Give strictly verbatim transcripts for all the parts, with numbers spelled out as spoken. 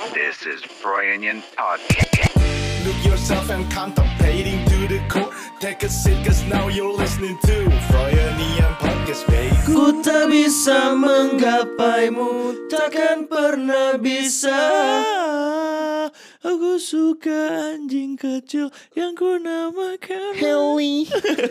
This is Brian Podcast. Look yourself and contemplating to the core. Take a seat cause now you're listening to Brian Podcast, baby. Ku tak bisa menggapaimu, takkan pernah bisa. Aku suka anjing kecil yang ku namakan Heli.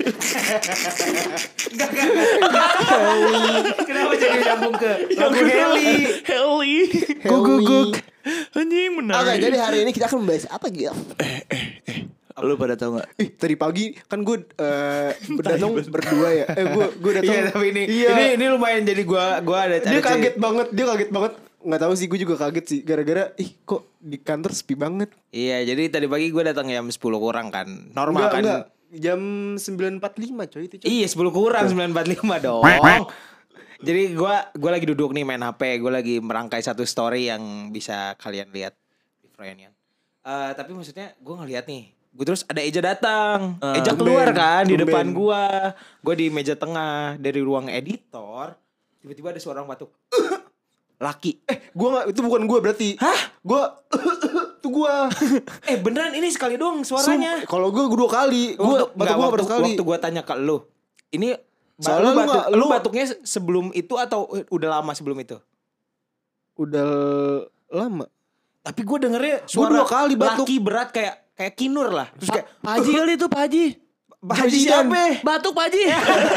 Kenapa jadi nyambung ke lagu Heli? Heli. Guguk. Anjing menarik. Oke, jadi hari ini kita akan membahas apa gitu? Lu pada tahu nggak? Ih, tadi pagi kan gue uh, datang berdua ya. Eh, gue gue datang. Iya, tapi ini Iya. ini ini lumayan jadi gua gua ada Dia ada kaget cerita. banget, dia kaget banget. Nggak tahu sih, gue juga kaget sih. Gara-gara, ih kok di kantor sepi banget. Iya, jadi tadi pagi gua datang jam sepuluh kurang kan. Normal Enggak, kan. enggak. Jam sembilan empat puluh lima coy itu coy. Iya, sepuluh kurang sembilan empat puluh lima dong. Jadi gua gua lagi duduk nih main H P, gua lagi merangkai satu story yang bisa kalian lihat di Froyanian. Eh tapi maksudnya gua ngeliat nih, gue terus ada Eja datang. Uh, Eja tumben, keluar kan di tumben. depan gua. Gua di meja tengah dari ruang editor, tiba-tiba ada suara orang batuk. Laki. Eh, gue nggak, itu bukan gue berarti. Hah? Gue, itu gue. Eh beneran ini sekali doang suaranya. Kalau gue dua kali, gue Waktu- batuk nggak, gue waktu, baru sekali. waktu gue tanya ke lu, ini Soalnya lu, lu batuk, nggak- lu lu- batuknya sebelum itu atau udah lama sebelum itu? Udah lama. Tapi gue dengernya suara dua kali batuk. laki berat kayak kayak kinur lah. Terus kayak Pak Haji kali itu Pak Haji. Pak Haji siapa? Batuk Pak Haji.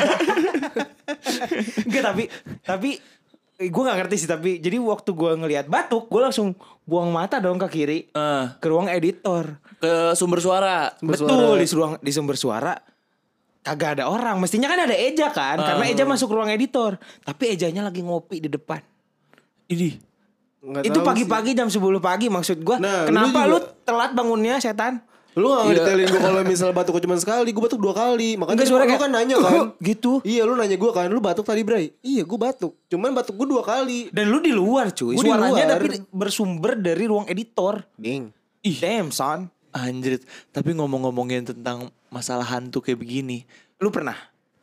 Enggak tapi tapi gue gak ngerti sih tapi jadi waktu gue ngelihat batuk gue langsung buang mata dong ke kiri Eh, ke ruang editor. ke sumber suara. Betul di ruang di sumber suara kagak ada orang. Mestinya kan ada Eja kan karena Eja masuk ruang editor. Tapi Ejanya lagi ngopi di depan. Ini. Nggak Itu tahu pagi-pagi jam sepuluh pagi maksud gue. Nah, kenapa lu lu, juga- telat bangunnya setan? sih. Lu gak Iya. ngedetailin gue kalau misal batuk cuma sekali, gue batuk dua kali. Makanya Enggak, suara lu kayak, kan nanya kan. gitu. Iya, lu nanya gue kan, lu batuk tadi Bray? Iya, gue batuk. Cuman batuk gue dua kali. Dan lu di luar cuy. Gua di Suaranya luar. tapi bersumber dari ruang editor. Ding. Ih, damn son. Anjrit. Tapi ngomong-ngomongin tentang masalah hantu kayak begini, Lu pernah?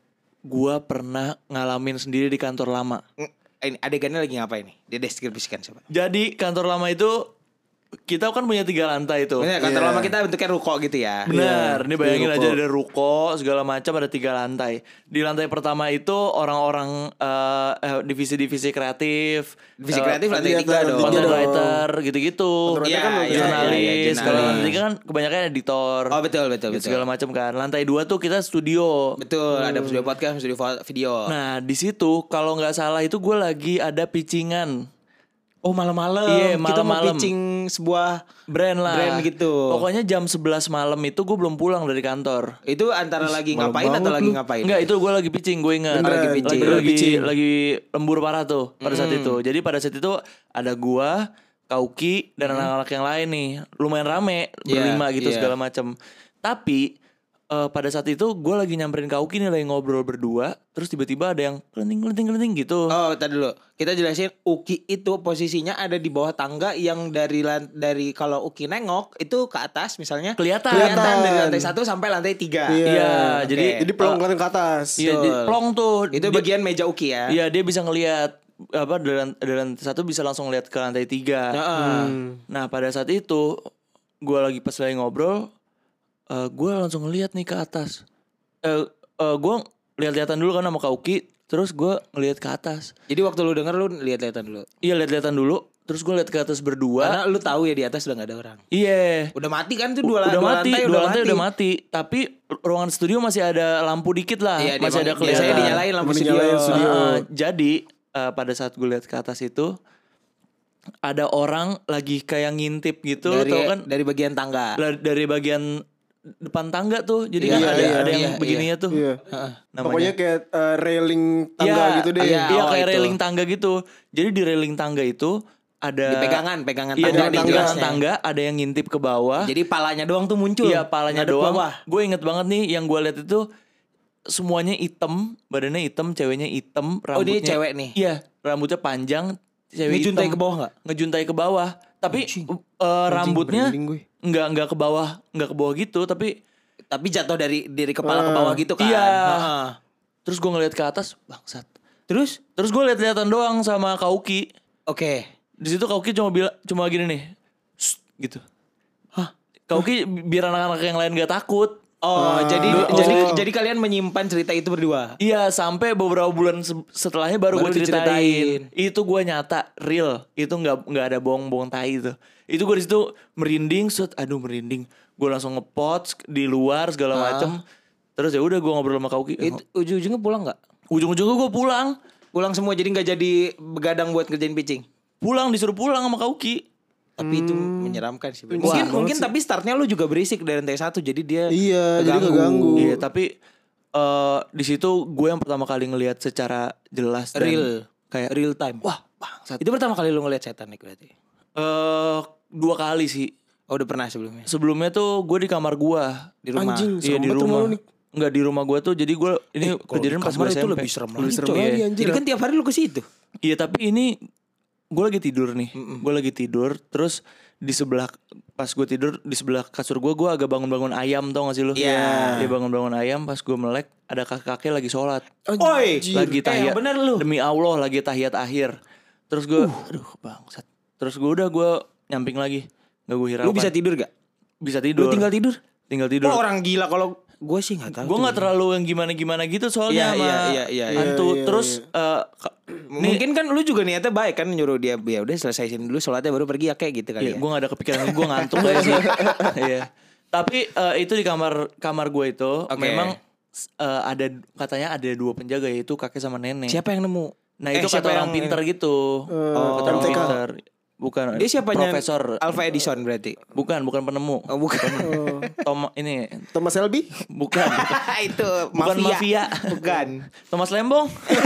gua pernah ngalamin sendiri di kantor lama. Ng- Ini adegannya lagi ngapain nih? Dia deskripsikan coba. Jadi kantor lama itu kita kan punya tiga lantai tuh. Bener, kantor Iya. lama kita bentuknya ruko gitu ya. Benar, ini bayangin Di aja ruko. ada ruko segala macam, ada tiga lantai. Di lantai pertama itu orang-orang eh, eh, divisi-divisi kreatif, Divisi eh, kreatif lantai iya, tiga lantai dong. tiga content dong. writer gitu-gitu. Content Iya, kan iya, iya, jurnalis, iya, segala jurnalis. macam. Tiga kan kebanyakan editor. Oh betul betul gitu, betul. segala macam kan. Lantai dua tuh kita studio. Betul, ada studio podcast, studio vo- video. Nah di situ kalau nggak salah itu gue lagi ada pitchingan oh malam-malam. Iya, Kita mau malam-malam. pitching sebuah brand lah. Brand gitu. Pokoknya jam sebelas malam itu gue belum pulang dari kantor. itu antara lagi malam ngapain atau banget lagi lu. ngapain? Enggak, itu gue lagi pitching, gue ingat. Beneran, lagi pitching. Lagi, Lagi lagi, pitching. lagi lembur parah tuh pada saat itu. Jadi pada saat itu ada gua, Kauki dan anak-anak yang lain nih. Lumayan rame, Iya, berlima gitu iya. segala macam. Tapi eh, pada saat itu gue lagi nyamperin Kauki nih lagi ngobrol berdua, terus tiba-tiba ada yang kelenting-kelenting-kelenting gitu. Oh, tadi dulu. Kita jelasin Uki itu posisinya ada di bawah tangga yang dari lan- dari kalau Uki nengok itu ke atas misalnya Kelihatan. kelihatan dari lantai satu sampai lantai tiga. Iya. Iya, Oke. jadi Jadi pelong kelihatan ke atas. iya, betul. di- plong tuh. Itu Dia- bagian meja Uki ya. Iya, dia bisa ngelihat apa dari, lan- dari lantai satu bisa langsung lihat ke lantai tiga. Heeh. Hmm. Nah pada saat itu gue lagi pas lagi ngobrol, uh, gue langsung ngeliat nih ke atas. Uh, uh, gue lihat-lihatan dulu kan sama Kak Uki, terus gue ngeliat ke atas. Jadi waktu lu denger lu lihat-lihatan dulu. Iya lihat-lihatan dulu, terus gue lihat ke atas berdua. Karena lu tahu ya di atas udah gak ada orang. Iya. Udah mati kan tuh dua, udah dua mati, lantai, dua lantai udah mati. Tapi ruangan studio masih ada lampu dikit lah, Iya, masih dia ada emang- biasanya kelihatan. dinyalain lampu Mau studio. dinyalain studio. Uh, jadi uh, pada saat gue lihat ke atas itu ada orang lagi kayak ngintip gitu, dari, tau kan? dari bagian tangga. Lah, dari bagian depan tangga tuh, jadi Iya, kan iya, ada iya, ada yang iya, begininya tuh. Iya. Namanya. Pokoknya kayak eh, railing tangga Iya, gitu deh. Iya, Iya, oh, kayak itu. railing tangga gitu. Jadi di railing tangga itu ada Di pegangan, pegangan Iya, tangga di nih pegangan jelasnya. tangga ada yang ngintip ke bawah. Jadi palanya doang tuh muncul. Iya, palanya Ngadep doang. bawah. Gue inget banget nih yang gue lihat itu semuanya hitam, badannya hitam, ceweknya hitam, Oh, dia rambutnya. cewek nih. Iya, rambutnya panjang, cewek Ngejuntai hitam. ke bawah nggak? Ngejuntai ke bawah. Tapi Anjing. uh, rambutnya merinding gue. nggak nggak ke bawah, nggak ke bawah gitu, tapi Tapi jatuh dari dari kepala ke Ah, bawah gitu kan. iya. Heeh. terus gue ngeliat ke atas, bangsat. Terus Terus gue liat-liatan doang sama Kauki. oke. Di situ Kauki cuma bilang cuma gini nih. gitu. Hah? Kauki biar anak-anak yang lain gak takut. Oh, jadi Oh. jadi jadi kalian menyimpan cerita itu berdua. Iya, sampai beberapa bulan se- setelahnya baru, Baru gue ceritain. diceritain. Itu gue nyata, real. Itu nggak nggak ada bohong-bohong tai itu. Itu gue di situ merinding, set, aduh merinding. Gue langsung ngepot di luar segala macem. Terus ya udah gue ngobrol sama Kauki. Itu ujung-ujungnya pulang nggak? Ujung-ujungnya gue pulang. Pulang semua jadi nggak jadi begadang buat ngerjain pitching. Pulang disuruh pulang sama Kauki. Tapi itu menyeramkan sih. Mungkin Wah, mungkin tapi startnya lu juga berisik dari lantai satu jadi dia Iya, jadi keganggu. Iya, tapi eh di situ gue yang pertama kali ngelihat secara jelas dan Real. kayak real time. wah, bangsat. Itu pertama kali lu ngeliat setan nih berarti. Eh dua kali sih. Oh, udah pernah sebelumnya. Sebelumnya tuh gue di kamar gue. Di rumah. Anjing, Iya serem di banget rumah rumah. lu nih. Enggak di rumah gue tuh. Jadi gue ini Eh, kalau kejadian di pas gue kamar S M P. itu lebih serem lagi, serem coy. lagi, anjir. Jadi kan tiap hari lu ke situ. Iya, tapi ini gue lagi tidur nih. Gue lagi tidur. Terus di sebelah pas gue tidur di sebelah kasur gue gue agak bangun-bangun ayam, tau gak sih lu? Iya. Dia bangun-bangun ayam pas gue melek ada kakek-kakek lagi sholat. Oi, Lagi eh, tahiyat. yang bener lu. Demi Allah lagi tahiyat akhir. Terus gue aduh bangsat. Terus gue udah gue nyamping lagi. Gak gue hiraukan. Lu bisa tidur gak? Bisa tidur. Lu tinggal tidur? Tinggal tidur. Oh, orang gila kalau gue sih nggak tahu. Gue tuh. nggak terlalu yang gimana-gimana gitu soalnya Iya, sama iya, iya, iya, iya. hantu. Iya, iya, Terus eh, ka- nih, Mungkin kan lu juga niatnya baik kan nyuruh dia ya udah selesaiin dulu sholatnya baru pergi ya kayak gitu kali iya, ya. gue gak ada kepikiran, gue ngantuk aja sih. Iya. Tapi eh, itu di kamar kamar gue itu Oke. memang eh, ada katanya ada dua penjaga yaitu kakek sama nenek. Siapa yang nemu? Nah Eh, itu siapa kata orang yang- pintar gitu. Oh, kata orang M T K. pintar. Bukan Dia siapanya? Profesor. Alpha Edison berarti. Bukan, bukan penemu. Oh, bukan. Tom ini Thomas Shelby? bukan. Itu Bukan mafia. Bukan. Thomas Lembong.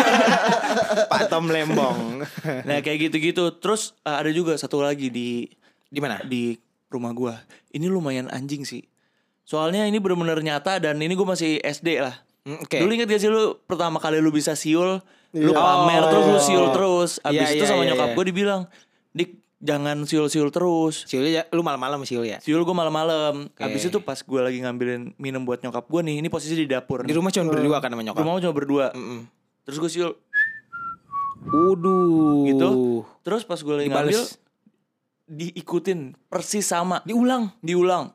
Pak Tom Lembong. Nah kayak gitu-gitu. Terus eh, ada juga satu lagi di Di mana? di rumah gua. Ini lumayan anjing sih. Soalnya ini benar-benar nyata dan ini gua masih S D lah. Hmm, Oke. Dulu inget gak sih lu pertama kali lu bisa siul, lu Iya. pamer Oh, terus lu iya. siul terus. Abis Iya, itu iya, sama iya, nyokap iya. gua dibilang, "Dik, jangan siul-siul terus." Siul ya, lu malam-malam siul ya? Siul gua malam-malam. Oke. Abis itu pas gua lagi ngambilin minum buat nyokap gua nih, ini posisi di dapur. Di nih. rumah cuma berdua kan sama nyokap. Rumah gua cuma berdua. Mm-mm. Terus gua siul Waduh. gitu. Terus pas gua lagi Dibales. ngambil diikutin persis sama. Diulang. Diulang.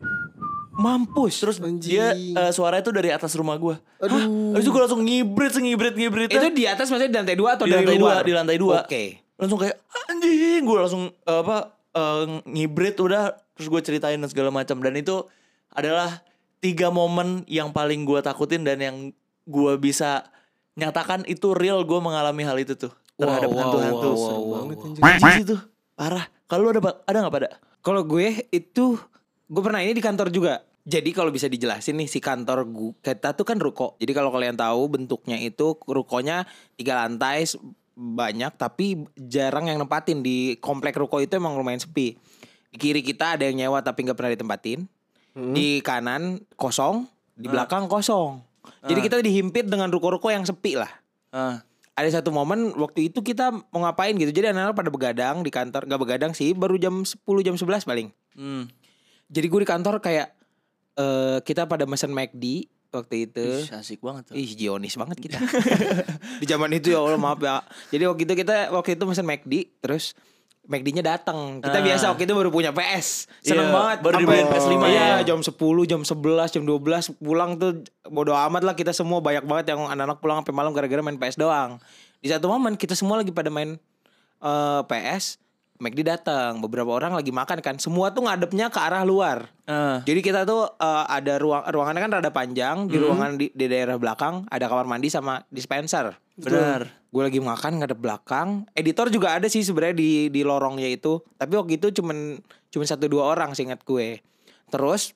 Mampus. Terus Anjing. dia eh, suara itu dari atas rumah gua. Aduh. Habis itu gue langsung ngibrit, ngibrit, ngibrit. Itu di atas maksudnya di lantai dua atau di dari lantai dua, luar? di lantai dua. Oke. Langsung kayak anjing, gue langsung eh, apa eh, ngibrit udah, terus gue ceritain dan segala macam. Dan itu adalah tiga momen yang paling gue takutin dan yang gue bisa nyatakan itu real, gue mengalami hal itu tuh terhadap Wow, wow, hantu-hantu. wow, wow, Serem wow, banget wow. anjing. Anjing sih tuh parah. Kalau lu ada ba- ada nggak pada? Kalau gue itu gue pernah ini di kantor juga. Jadi kalau bisa dijelasin nih si kantor gue, kita tuh kan ruko. Jadi kalau kalian tahu bentuknya itu rukonya tiga lantai s- banyak tapi jarang yang nempatin. Di komplek ruko itu emang lumayan sepi. Di kiri kita ada yang nyewa tapi nggak pernah ditempatin. Di kanan kosong, di belakang kosong. Jadi kita dihimpit dengan ruko-ruko yang sepi lah. Ah, Ada satu momen waktu itu kita mau ngapain gitu. Jadi anak-anak pada begadang di kantor. Gak begadang sih, baru jam sepuluh, jam sebelas paling. hmm. Jadi gue di kantor kayak eh kita pada mesen McD waktu itu. Ih, asik banget tuh. Ih, Zionis banget kita. Di zaman itu ya Allah maaf ya. Jadi waktu itu kita waktu itu mesen McD terus McD-nya datang. Kita Ah. biasa waktu itu baru punya P S. Seneng Iya, banget. baru Sampai- dibeliin P S lima Iya, ya. jam sepuluh, jam sebelas, jam dua belas pulang tuh bodo amat lah kita semua, banyak banget yang anak-anak pulang sampai malam gara-gara main P S doang. Di satu momen kita semua lagi pada main eh, P S, McD datang. Beberapa orang lagi makan kan. Semua tuh ngadepnya ke arah luar. Ah, Jadi kita tuh eh, ada ruang ruangannya kan rada panjang. Di Hmm. ruangan di, di daerah belakang ada kamar mandi sama dispenser. benar. Gue lagi makan ngadep belakang. Editor juga ada sih sebenarnya di di lorongnya itu. Tapi waktu itu cuman cuman satu dua orang seingat gue. Terus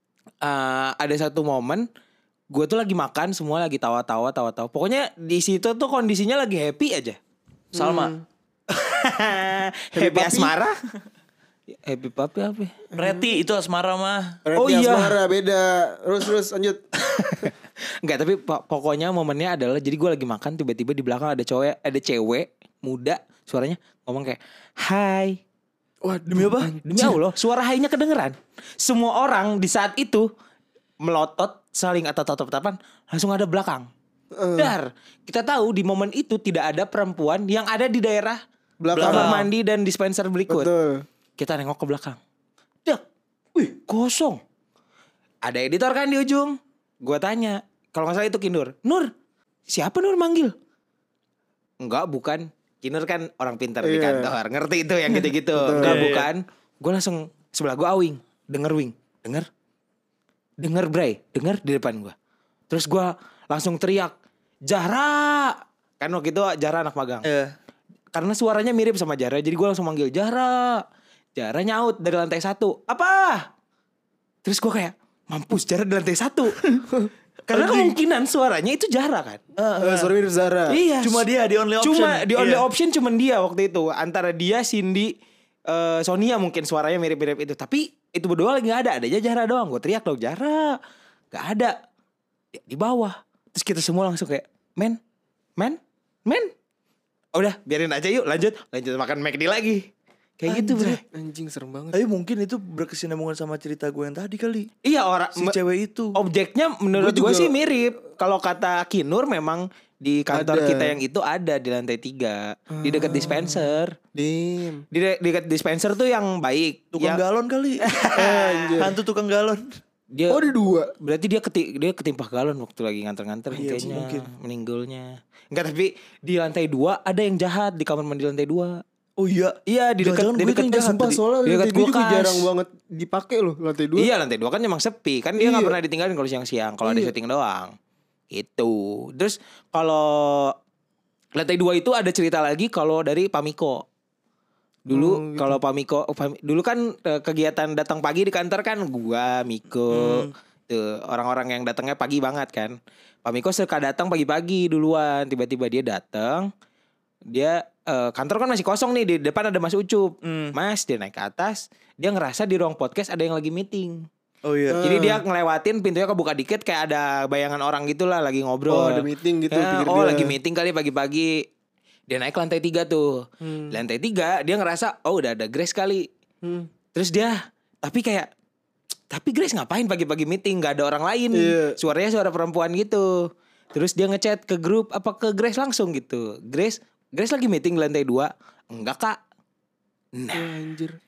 eh, ada satu momen gue tuh lagi makan, semua lagi tawa-tawa, tawa-tawa. Pokoknya di situ tuh kondisinya lagi happy aja. Salma, happy papi? asmara. Happy papi apa? ya? Reti itu asmara mah. Reti Oh iya. Asmara beda. Terus terus lanjut. Enggak, tapi po- pokoknya momennya adalah jadi gue lagi makan tiba-tiba di belakang ada cowok, ada cewek muda, suaranya ngomong kayak hai. Wah, Demi apa? Demi Allah, suara hai-nya kedengeran. Semua orang di saat itu melotot saling tatap-tatapan, langsung ada belakang. Dar, kita tahu di momen itu tidak ada perempuan yang ada di daerah Belakang. kamar mandi dan dispenser berikut. Betul. Kita nengok ke belakang. kosong. Ada editor kan di ujung. Gue tanya, kalau nggak salah itu Kinur. Nur, siapa Nur manggil? Enggak, bukan. Kinur kan orang pintar di Iya. kantor, ngerti itu yang gitu-gitu. Betul. Enggak, Iya, iya. bukan. Gue langsung sebelah gue Awing, denger Wing, denger, denger Bray, denger di depan gue. Terus gue langsung teriak, Jara. Kan waktu itu Jara anak magang. Iya. Karena suaranya mirip sama Jara, jadi gue langsung manggil Jara. Jara nyaut dari lantai satu. Apa? Terus gue kayak, mampus Jara di lantai satu. Karena kemungkinan suaranya itu Jara kan. Eh, sorry mirip Zara. Iya. Cuma dia di only option. Cuma di only Iya. option cuman dia waktu itu. Antara dia, Cindy, eh, Sonia mungkin suaranya mirip-mirip itu. Tapi itu berdua lagi gak ada. Adanya Jara doang. Gue teriak dong, Jara. Gak ada. Di, di bawah. Terus kita semua langsung kayak, men, men, men. Udah biarin aja yuk, lanjut. Lanjut makan McD lagi. Kayak gitu bro. Anjing serem banget. Tapi mungkin itu berkesinambungan sama cerita gue yang tadi kali. Iya orang Si cewek itu. objeknya menurut Gua gue juga- sih mirip. Kalau kata Kinur memang di kantor Ada. kita yang itu ada di lantai tiga. Di dekat dispenser. Dim. Di de- dekat dispenser tuh yang baik. Tukang Yang- galon kali. Anjir. Hantu tukang galon. Dia, Oh, ada dua. berarti dia keti, dia ketimpah galon waktu lagi nganter-nganter Iya, kayaknya mungkin. meninggalnya. Enggak, tapi di lantai dua ada yang jahat di kamar mandi lantai dua. Oh iya. Iya di dekat Jangan-jangan di gue dekat itu yang Eh jahat sumpah tadi. soalnya Di dekat lantai dua juga kulkas. jarang banget dipakai loh lantai dua. Iya lantai dua kan emang sepi. Kan dia nggak Iya. pernah ditinggalin kalau siang-siang. Kalau ada Iya. syuting doang. Itu. Terus kalau lantai dua itu ada cerita lagi kalau dari Pamiko. Dulu Oh, gitu. kalau Pamiko, oh, Pami- dulu kan eh, kegiatan datang pagi di kantor kan gua, Miko, tuh orang-orang yang datangnya pagi banget kan. Pamiko suka datang pagi-pagi duluan. Tiba-tiba dia datang. Dia eh, kantor kan masih kosong nih, di depan ada Mas Ucup. Hmm. Mas dia naik ke atas, dia ngerasa di ruang podcast ada yang lagi meeting. Oh iya. Jadi dia ngelewatin pintunya kebuka dikit kayak ada bayangan orang gitu lah lagi ngobrol. Oh, ada meeting gitu, Ya, pikir oh dia. lagi meeting kali pagi-pagi. Dia naik ke lantai tiga tuh. Hmm. Lantai tiga dia ngerasa oh udah ada Grace kali. Hmm. Terus dia tapi kayak tapi Grace ngapain pagi-pagi meeting, gak ada orang lain. Iya. Suaranya suara perempuan gitu. Terus dia ngechat ke grup apa ke Grace langsung gitu. Grace Grace lagi meeting di lantai dua. Enggak kak. Nah Anjir.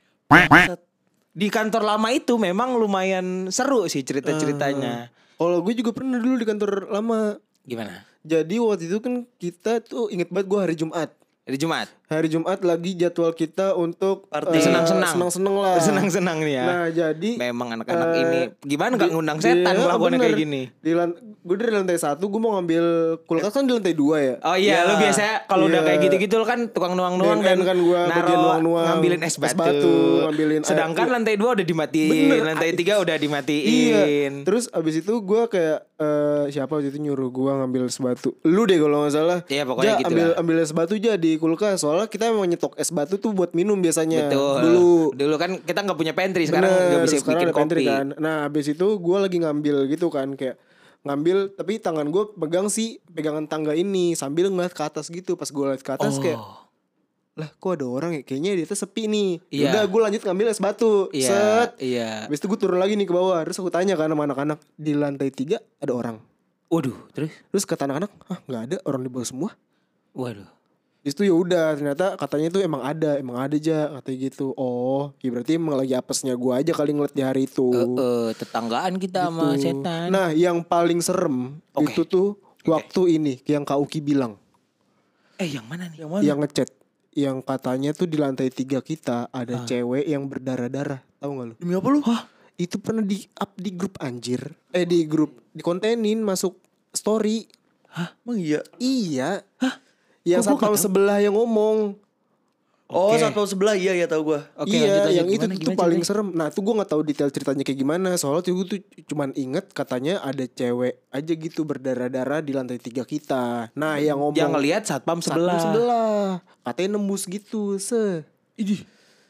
di kantor lama itu memang lumayan seru sih cerita-ceritanya. Kalau gue juga pernah dulu di kantor lama. Gimana? Jadi waktu itu kan kita tuh inget banget gue hari Jumat. Hari Jumat. Hari Jumat lagi jadwal kita untuk Party. eh, Senang-senang. senang-senang lah. Senang-senang nih ya. Nah jadi Memang anak-anak eh, ini gimana gak di- ngundang setan di- melakukannya bener. kayak gini. Di lan- gue dari lantai satu gue mau ngambil kulkas kan di lantai dua ya. Oh iya, Ya. lu biasanya kalau udah Iya. kayak gitu-gitu lo kan tukang nuang-nuang D N N dan kan gua bagian naro nuang-nuang, ngambilin es es batu. batu, ngambilin air. Sedangkan Iya. lantai dua udah dimatiin, Bener. lantai tiga udah Iya. dimatiin. Terus abis itu gue kayak eh, siapa waktu itu nyuruh gue ngambil es batu. Lu deh kalau nggak salah. Iya, pokoknya Ja, gitu ambil lah. ambil es batu aja di kulkas. Soalnya kita emang nyetok es batu tuh buat minum biasanya. Betul. Dulu. Dulu kan kita nggak punya pantry, sekarang Bener, nggak bisa sekarang bikin ada pantry kopi. kan. Nah abis itu gue lagi ngambil gitu kan kayak ngambil tapi tangan gue pegang si pegangan tangga ini sambil ngeliat ke atas gitu. Pas gue liat ke atas Oh. kayak lah kok ada orang ya kayaknya di atas sepi nih. Iya. Udah gue lanjut ngambil es batu. Iya, Set. iya. Habis itu gue turun lagi nih ke bawah. Terus aku tanya kan sama anak-anak di lantai tiga ada orang. Waduh, terus? Terus kata anak-anak, ah nggak ada orang di bawah semua. Waduh. Habis itu ya udah ternyata katanya itu emang ada, emang ada aja katanya gitu. Oh, ya berarti emang lagi apesnya gue aja kali ngeliat di hari itu. Eh, eh, tetanggaan kita sama Gitu. setan. Nah, yang paling serem Oke. itu tuh waktu ini yang Kak Uki bilang, eh yang mana nih? Yang mana? yang ngechat, yang katanya tuh di lantai tiga kita Ah. ada cewek yang berdarah-darah, tahu nggak lu? Demi apa lu? Itu pernah di up di grup anjir, eh di grup dikontenin masuk story. Emang iya? Iya. Yang Kok gua satpam nggak tahu? sebelah yang ngomong. Oh, Oke. satpam sebelah iya ya tahu gua. Oke, Iya, lanjut, lanjut. yang itu Gimana, tuh gimana paling ceritanya? serem. Nah, tuh gue nggak tahu detail ceritanya kayak gimana. Soalnya tuh gue tuh cuman inget katanya ada cewek aja gitu berdarah-darah di lantai tiga kita. Nah, yang ngomong Yang ngelihat satpam satpam sebelah. sebelah. Katanya nembus gitu, se. Idih.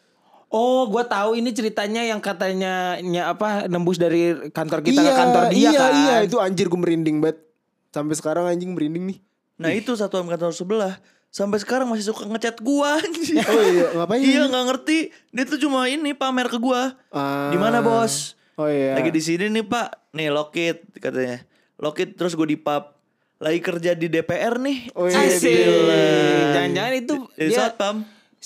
Oh, gue tahu ini ceritanya yang katanya nya apa nembus dari kantor kita iya, ke kantor dia iya, kan. Iya, itu anjir gue merinding banget. Sampai sekarang anjing merinding nih. Nah, itu satpam kantor sebelah sampai sekarang masih suka ngechat gua anjing. Oh iya, ngapain? Iya, nggak ngerti. Dia tuh cuma ini pamer ke gua. Ah. Di mana, Bos? Oh iya. Lagi di sini nih, Pak. Nih, Lokit katanya. Lokit terus gue di pub. Lagi kerja di D P R nih. Oh iya, Asik. gila. Jangan-jangan itu Di dia satpam. se-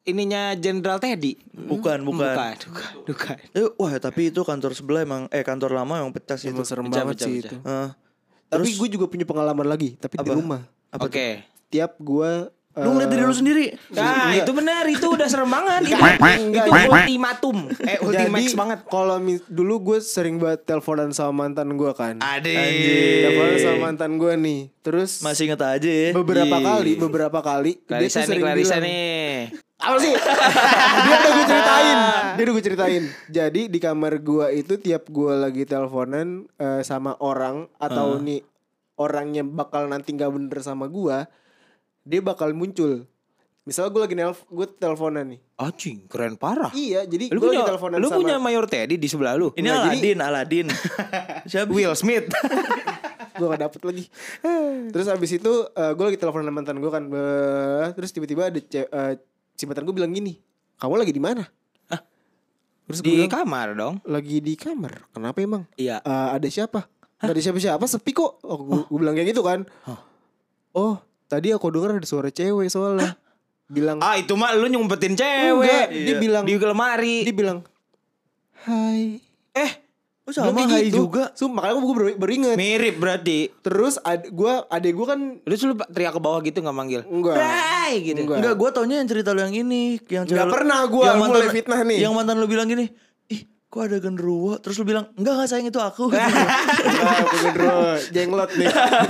ininya Jenderal Teddy? Bukan, bukan. Bukan, bukan, bukan. Eh, wah, tapi itu kantor sebelah emang eh kantor lama emang pecah sih Emang itu. serem Pecah, banget pecah, sih pecah. itu. Heeh. Tapi Terus- gue juga punya pengalaman lagi, tapi di Apa? rumah. Apa tuh? Oke. Tiap gue Lu ngeliat diri lu sendiri. Nah, itu benar, itu udah serem banget. Itu, Enggak, itu enggak. ultimatum. Eh, ultimax Jadi banget. kalau mi- dulu gue sering banget teleponan sama mantan gue kan. Adik. Teleponan sama mantan gue nih. Terus Masih inget aja ya. beberapa Iya. kali, beberapa kali Clarissa nih, Clarissa nih. Apa sih? Dia udah gue ceritain. Dia udah gue ceritain. Jadi di kamar gue itu tiap gue lagi teleponan eh, sama orang atau nih orangnya bakal nanti nggak bener sama gue, dia bakal muncul. Misalnya gue lagi nelf, gue teleponan nih. Anjing, keren parah. Iya, jadi Lu gue punya, lagi teleponan lu sama. punya Mayor Teddy di sebelah lu. Ini Nggak, jadi- Aladin, Aladin. Siapa? Will Smith. Gue gak dapet lagi. Terus abis itu uh, gue lagi telepon sama mantan gue kan. Beuh, terus tiba-tiba ada ce- uh, si mantan gue bilang gini, kamu lagi di mana? Terus gue Di bilang, kamar dong. lagi di kamar. Kenapa emang? Iya. Uh, ada siapa? Gak ada siapa-siapa, sepi kok. Oh, gue, gue bilang kayak gitu kan. Oh, tadi aku denger ada suara cewek soalnya. Bilang, Ah, itu mah lu nyumpetin cewek. Enggak, dia bilang- di lemari. dia bilang, hai. Eh, Oh, sama Bilang kayak Hai juga. So, makanya gue baru, baru inget. mirip berarti. Terus ad, gue, adek gue kan Lu lu teriak ke bawah gitu enggak manggil? Enggak. Bray gitu. Enggak. Enggak, gue taunya yang cerita lu yang ini, yang cewek Nggak lu- pernah gua yang mulai fitnah nih. Yang mantan lu bilang gini, ih, kok ada genderuwo? Terus lu bilang, enggak enggak sayang itu aku. Ah, Pedro, jenglot nih.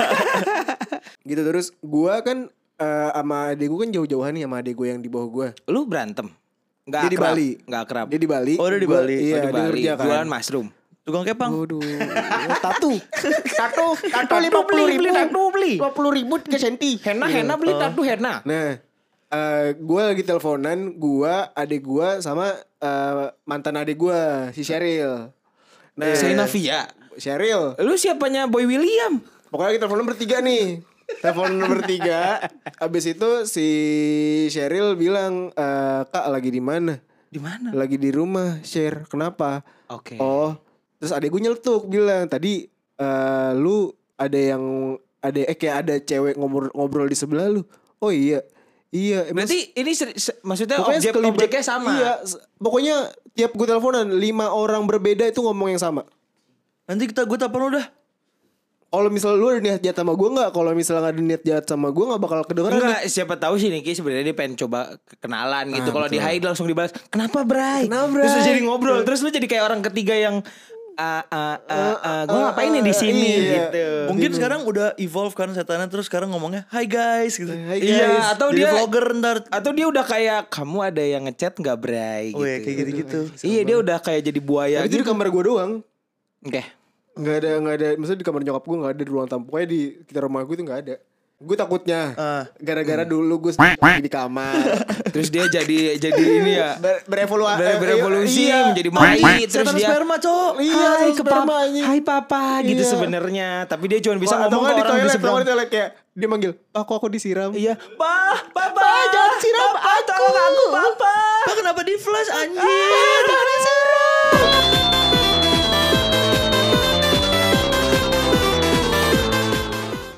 Gitu terus gua kan eh, sama adek gua kan jauh-jauhan nih sama adek gua yang di bawah gua. Lu berantem? Enggak Dia di akrab. Bali. Enggak akrab. Dia di Bali. Oh, dia di gua- Bali. Iya, Oh, di dia Bali. kerja kan. Jualan mushroom. Tukang kepang. Waduh, tatu, tatu, tatu lima puluh ribu, tatu beli. lima puluh ribu tiga senti. Henna, henna beli tatu henna. Nah, eh gua lagi teleponan, gua, adek gua sama eh, mantan adek gua si Cheryl. Nah, Zainavia. Cheryl. Lu siapanya Boy William? Pokoknya kita teleponan bertiga nih. Telepon bertiga. Abis itu si Cheryl bilang, e, Kak lagi di mana? Di mana? Lagi di rumah, Share. Kenapa? Oke. Oh, terus adek gue nyeletuk bilang, tadi eh, lu ada yang ada eh kayak ada cewek ngobrol ngobrol di sebelah lu. Oh iya. Iya, emang Berarti ini seri- se- maksudnya pokoknya objek sekelibat- objeknya sama. Iya, s- pokoknya tiap gue teleponan lima orang berbeda itu ngomong yang sama. Nanti kita gue telepon udah. Kalau misalnya lu ada niat jahat sama gue nggak, kalau misalnya nggak ada niat jahat sama gue nggak bakal kedengeran. Enggak, siapa tahu sih Niki sebenarnya dia pengen coba kenalan gitu. Ah, Kalau di betul. hide langsung dibalas, "Kenapa, Bray?" Kenapa, Terus lu Bray? jadi ngobrol, terus lu jadi kayak orang ketiga yang ah ah ah ah, gue ngapain nih di sini Iya. gitu. Mungkin sekarang udah evolve kan setannya, terus sekarang ngomongnya Hai guys gitu. Hai, Iya, guys. atau Jadi dia vlogger ntar. atau dia udah kayak kamu ada yang ngechat nggak, Bray gitu. Oh ya kayak gitu-gitu. Iya, dia udah kayak jadi buaya Tapi itu di gitu. kamar gue doang. Oke. Nggak ada, nggak ada. Maksudnya di kamar nyokap gue nggak ada, di ruang tamu. Pokoknya di sekitar rumah gue itu nggak ada. Gue takutnya Ah. gara-gara dulu gue di kamar. Terus dia jadi jadi ini ya. Ber- berevolusi, Ber- berevolusi iya. menjadi mati terus Setan dia sperma, Cok. Iya, Hai setan ke sperma, papa, anjing. hai papa gitu Iya. sebenarnya. Tapi dia cuma bisa Atau ngomong nggak ke di orang di toilet, seberang. atau di toilet kayak dia manggil, "Pak, kok aku disiram?" Iya, bah, papa, Pak, jangan siram papa, aku. tolong